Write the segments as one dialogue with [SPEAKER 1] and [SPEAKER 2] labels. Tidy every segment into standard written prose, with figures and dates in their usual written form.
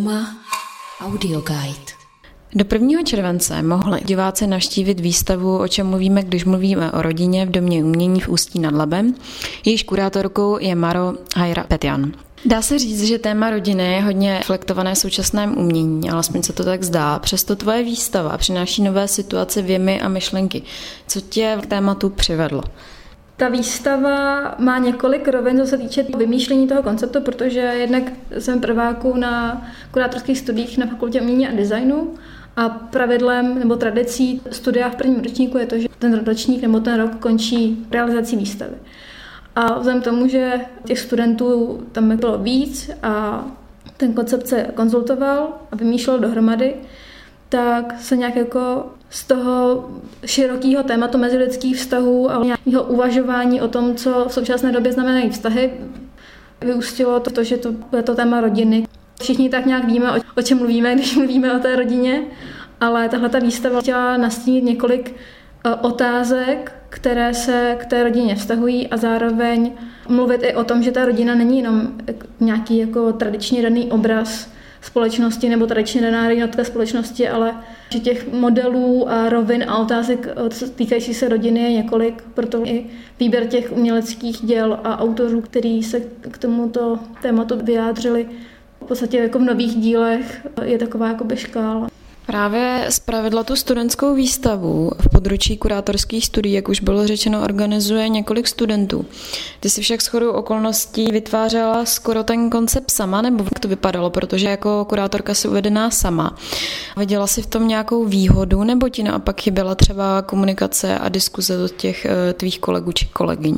[SPEAKER 1] Zooma Audio Guide.
[SPEAKER 2] Do 1. července mohli diváci navštívit výstavu O čem mluvíme, když mluvíme o rodině v Domě umění v Ústí nad Labem. Jejíž kurátorkou je Maro Hajrapetjan. Dá se říct, že téma rodiny je hodně reflektované v současném umění, alespoň se to tak zdá. Přesto tvoje výstava přináší nové situace, věmy a myšlenky. Co tě k tématu přivedlo?
[SPEAKER 3] Ta výstava má několik rovin, co se týče vymýšlení toho konceptu, protože jednak jsem prváku na kurátorských studiích na Fakultě umění a designu a pravidlem nebo tradicí studia v prvním ročníku je to, že ten ročník nebo ten rok končí realizací výstavy. A vzhledem k tomu, že těch studentů tam bylo víc a ten koncept se konzultoval a vymýšlel dohromady, tak se nějak jako z toho širokého tématu mezilidských vztahů a nějakého uvažování o tom, co v současné době znamenají vztahy, vyústilo to, že to je to téma rodiny. Všichni tak nějak víme, o čem mluvíme, když mluvíme o té rodině, ale tahle výstava chtěla nastínit několik otázek, které se k té rodině vztahují a zároveň mluvit i o tom, že ta rodina není jenom nějaký jako tradičně daný obraz společnosti nebo tradičně daná jednotka společnosti, ale že těch modelů a rovin a otázek týkající se rodiny je několik, proto i výběr těch uměleckých děl a autorů, kteří se k tomuto tématu vyjádřili v podstatě jako v nových dílech, je taková jakoby škála.
[SPEAKER 2] Právě zpravidla tu studentskou výstavu v područí kurátorských studií, jak už bylo řečeno, organizuje několik studentů. Ty si však shodou okolností vytvářela skoro ten koncept sama, nebo jak to vypadalo, protože jako kurátorka si uvedená sama. Viděla jsi v tom nějakou výhodu, nebo ti naopak chyběla třeba komunikace a diskuze od těch tvých kolegů či kolegyň?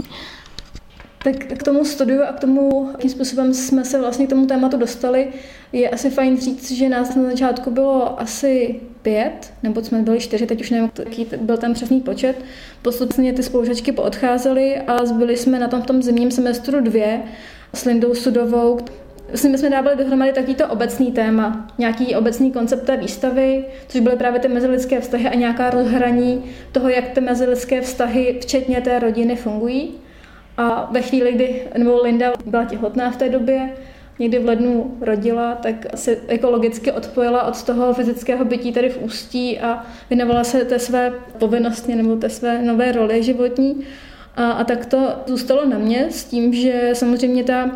[SPEAKER 3] Tak k tomu studiu a k tomu, jakým způsobem jsme se vlastně k tomu tématu dostali, je asi fajn říct, že nás na začátku bylo asi 5, nebo jsme byli 4, teď už nevím, jaký byl ten přesný počet. Postupně ty spolužačky poodcházely a zbyli jsme na tom zimním semestru 2 s Lindou Sudovou. My jsme dávali dohromady takovýto obecný téma, nějaký obecný koncept té výstavy, což byly právě ty mezilidské vztahy a nějaká rozhraní toho, jak ty mezilidské vztahy, včetně té rodiny, fungují. A ve chvíli, kdy Linda byla těhotná v té době, někdy v lednu rodila, tak se ekologicky odpojila od toho fyzického bytí tady v Ústí a věnovala se té své povinnosti nebo té své nové roli životní. A tak to zůstalo na mě s tím, že samozřejmě ta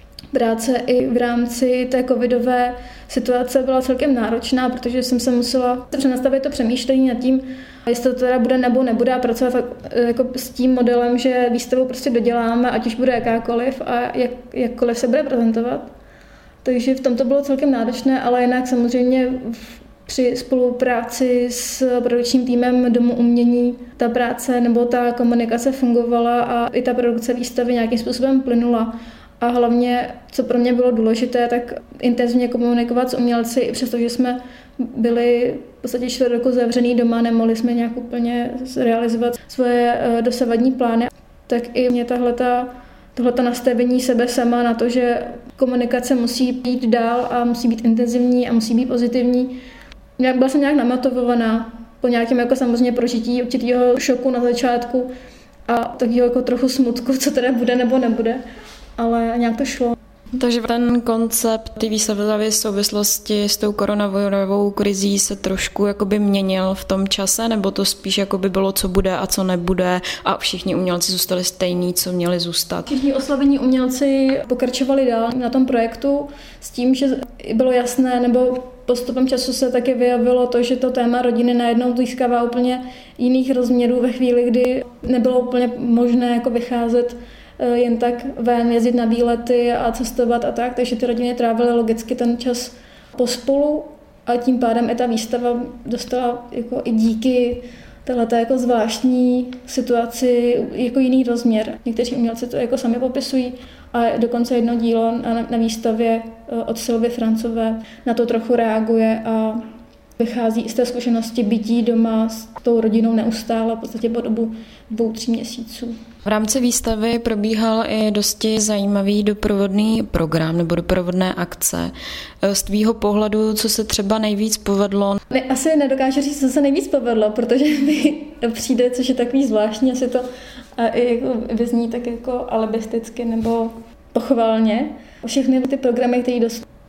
[SPEAKER 3] práce i v rámci té covidové situace byla celkem náročná, protože jsem se musela přenastavit to přemýšlení nad tím, jestli to teda bude nebo nebude a pracovat jako s tím modelem, že výstavu prostě doděláme, ať už bude jakákoliv a jakkoliv se bude prezentovat. Takže v tom to bylo celkem náročné, ale jinak samozřejmě při spolupráci s produkčním týmem Domu umění ta práce nebo ta komunikace fungovala a i ta produkce výstavy nějakým způsobem plynula. A hlavně, co pro mě bylo důležité, tak intenzivně komunikovat s umělci, i přesto, že jsme byli v podstatě 4 roku zavřený doma, nemohli jsme nějak úplně realizovat svoje dosavadní plány. Tak i mě tohleto nastavení sebe sama na to, že komunikace musí jít dál a musí být intenzivní a musí být pozitivní. Byla jsem nějak namotivovaná po nějakém jako samozřejmě prožití určitého šoku na začátku a takového jako trochu smutku, co teda bude nebo nebude. Ale nějak to šlo.
[SPEAKER 2] Takže ten koncept té výstavy v souvislosti s tou koronavirovou krizí se trošku jakoby měnil v tom čase, nebo to spíš jakoby bylo, co bude a co nebude a všichni umělci zůstali stejní, co měli zůstat?
[SPEAKER 3] Všichni oslavení umělci pokračovali dál na tom projektu s tím, že bylo jasné, nebo postupem času se také vyjavilo to, že to téma rodiny najednou získává úplně jiných rozměrů ve chvíli, kdy nebylo úplně možné jako vycházet jen tak ven, jezdit na výlety a cestovat a tak, takže ty rodiny trávily logicky ten čas pospolu a tím pádem i ta výstava dostala jako i díky téhleté jako zvláštní situaci jako jiný rozměr. Někteří umělci to jako sami popisují a dokonce jedno dílo na výstavě od Sylvie Francové na to trochu reaguje a vychází i z té zkušenosti bytí doma s tou rodinou neustále, v podstatě po dobu 2-3 měsíců.
[SPEAKER 2] V rámci výstavy probíhal i dosti zajímavý doprovodný program nebo doprovodné akce. Z tvýho pohledu, co se třeba nejvíc povedlo?
[SPEAKER 3] Asi nedokážu říct, co se nejvíc povedlo, protože mi přijde, což je takový zvláštní, asi to i jako vyzní tak jako alibisticky nebo pochvalně. Všechny ty programy, které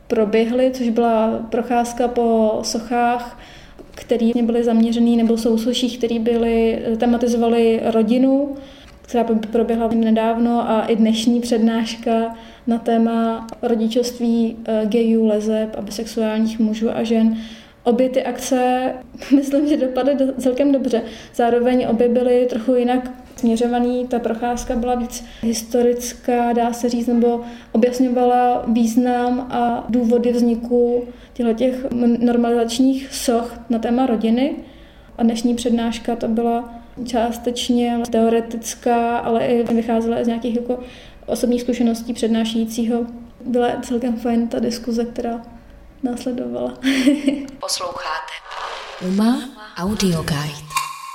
[SPEAKER 3] proběhly, což byla procházka po sochách, které byly zaměřený, nebo sousoších, které tematizovaly rodinu, která proběhla nedávno, a i dnešní přednáška na téma rodičovství gayů, leseb a bisexuálních mužů a žen. Obě ty akce, myslím, že dopadly celkem dobře. Zároveň obě byly trochu jinak směřovaný. Ta procházka byla víc historická, dá se říct, nebo objasňovala význam a důvody vzniku těch normalizačních soch na téma rodiny. A dnešní přednáška to byla částečně teoretická, ale i vycházela z nějakých jako osobních zkušeností přednášejícího. Byla celkem fajn ta diskuze, která následovala.
[SPEAKER 1] Posloucháte UMA Audio Guide.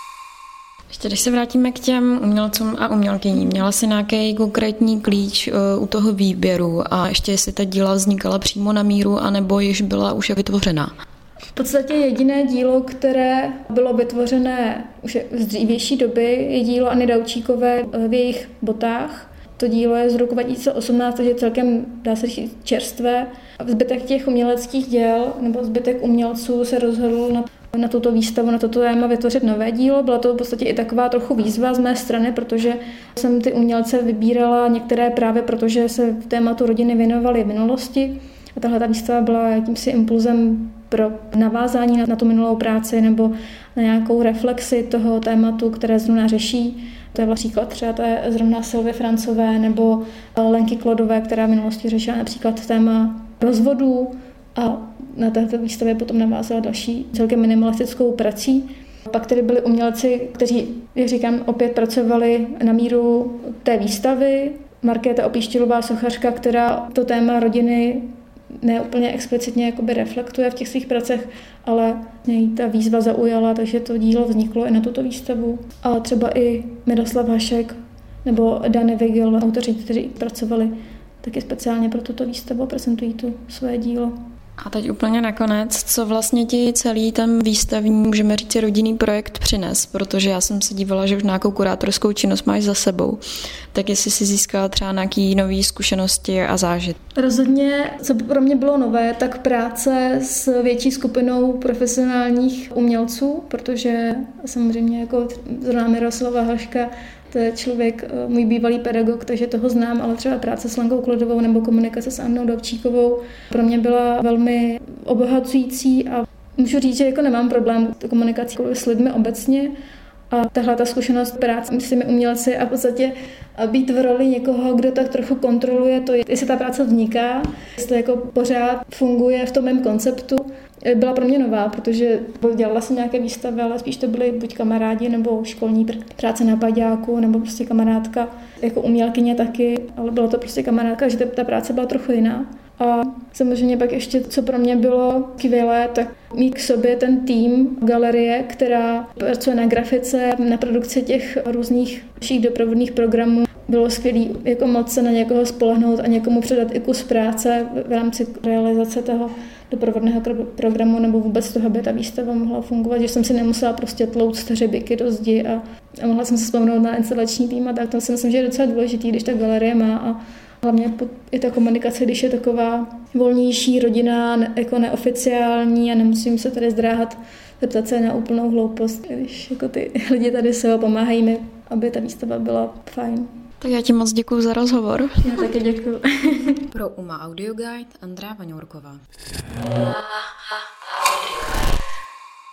[SPEAKER 2] Ještě když se vrátíme k těm umělcům a umělkyním, měla jsi nějaký konkrétní klíč u toho výběru a ještě jestli ta díla vznikala přímo na míru, anebo již byla už vytvořená?
[SPEAKER 3] V podstatě jediné dílo, které bylo vytvořené už z dřívější doby, je dílo Anny Daučíkové v jejich botách. To dílo je z roku 2018, takže celkem, dá se říct, čerstvé. Zbytek těch uměleckých děl nebo zbytek umělců se rozhodl na tuto výstavu, na toto téma vytvořit nové dílo. Byla to v podstatě i taková trochu výzva z mé strany, protože jsem ty umělce vybírala některé právě protože se v tématu rodiny věnovaly v minulosti. A tahle ta výstava byla jakýmsi impulzem pro navázání na tu minulou práci nebo na nějakou reflexi toho tématu, které zrovna řeší. To je příklad třeba zrovna Sylvie Francové nebo Lenky Klodové, která v minulosti řešila například téma rozvodů, a na této výstavě potom navázala další celkem minimalistickou prací. Pak tedy byli umělci, kteří, jak říkám, opět pracovali na míru té výstavy. Markéta Opíštilová, sochařka, která to téma rodiny neúplně explicitně jakoby reflektuje v těch svých pracech, ale jí ta výzva zaujala, takže to dílo vzniklo i na tuto výstavu. A třeba i Miroslav Hašek nebo Dany Vigil, autoři, kteří pracovali taky speciálně pro tuto výstavu a prezentují tu své dílo.
[SPEAKER 2] A teď úplně nakonec, co vlastně ti celý ten výstavní, můžeme říct, rodinný projekt přines, protože já jsem se dívala, že už nějakou kurátorskou činnost máš za sebou, tak jestli si získala třeba nějaké nové zkušenosti a zážitky.
[SPEAKER 3] Rozhodně, co pro mě bylo nové, tak práce s větší skupinou profesionálních umělců, protože samozřejmě jako zrovna Miroslava Haška, to je člověk, můj bývalý pedagog, takže toho znám, ale třeba práce s Lenkou Klodovou nebo komunikace s Annou Daučíkovou pro mě byla velmi obohacující a můžu říct, že jako nemám problém komunikací s lidmi obecně. A tahle ta zkušenost práce s těmi umělci a v podstatě být v roli někoho, kdo tak trochu kontroluje to, jestli ta práce vzniká, jestli jako pořád funguje v tom mém konceptu, byla pro mě nová, protože dělala jsem nějaké výstavy, ale spíš to byly buď kamarádi nebo školní práce na paďáku, nebo prostě kamarádka jako umělkyně taky, ale byla to prostě kamarádka, že ta práce byla trochu jiná. A samozřejmě pak ještě, co pro mě bylo skvělé, tak mít k sobě ten tým galerie, která pracuje na grafice, na produkci těch různých všech doprovodných programů. Bylo skvělé jako moc se na někoho spolehnout a někomu předat i kus práce v rámci realizace toho doprovodného programu nebo vůbec toho, aby ta výstava mohla fungovat, že jsem si nemusela prostě tlouct hřebíky do zdi a mohla jsem se vzpomenout na instalační tým a tak to si myslím, že je docela důležitý, když ta galerie má a hlavně i ta komunikace, když je taková volnější, rodina, jako neoficiální a nemusím se tady zdráhat zeptat se na úplnou hloupost, když jako ty lidi tady jsou a pomáhají mi, aby ta výstava byla fajn.
[SPEAKER 2] Tak já ti moc děkuju za rozhovor.
[SPEAKER 3] Já taky děkuju.
[SPEAKER 1] Pro UMA Audio Guide Andrea Vaňourková.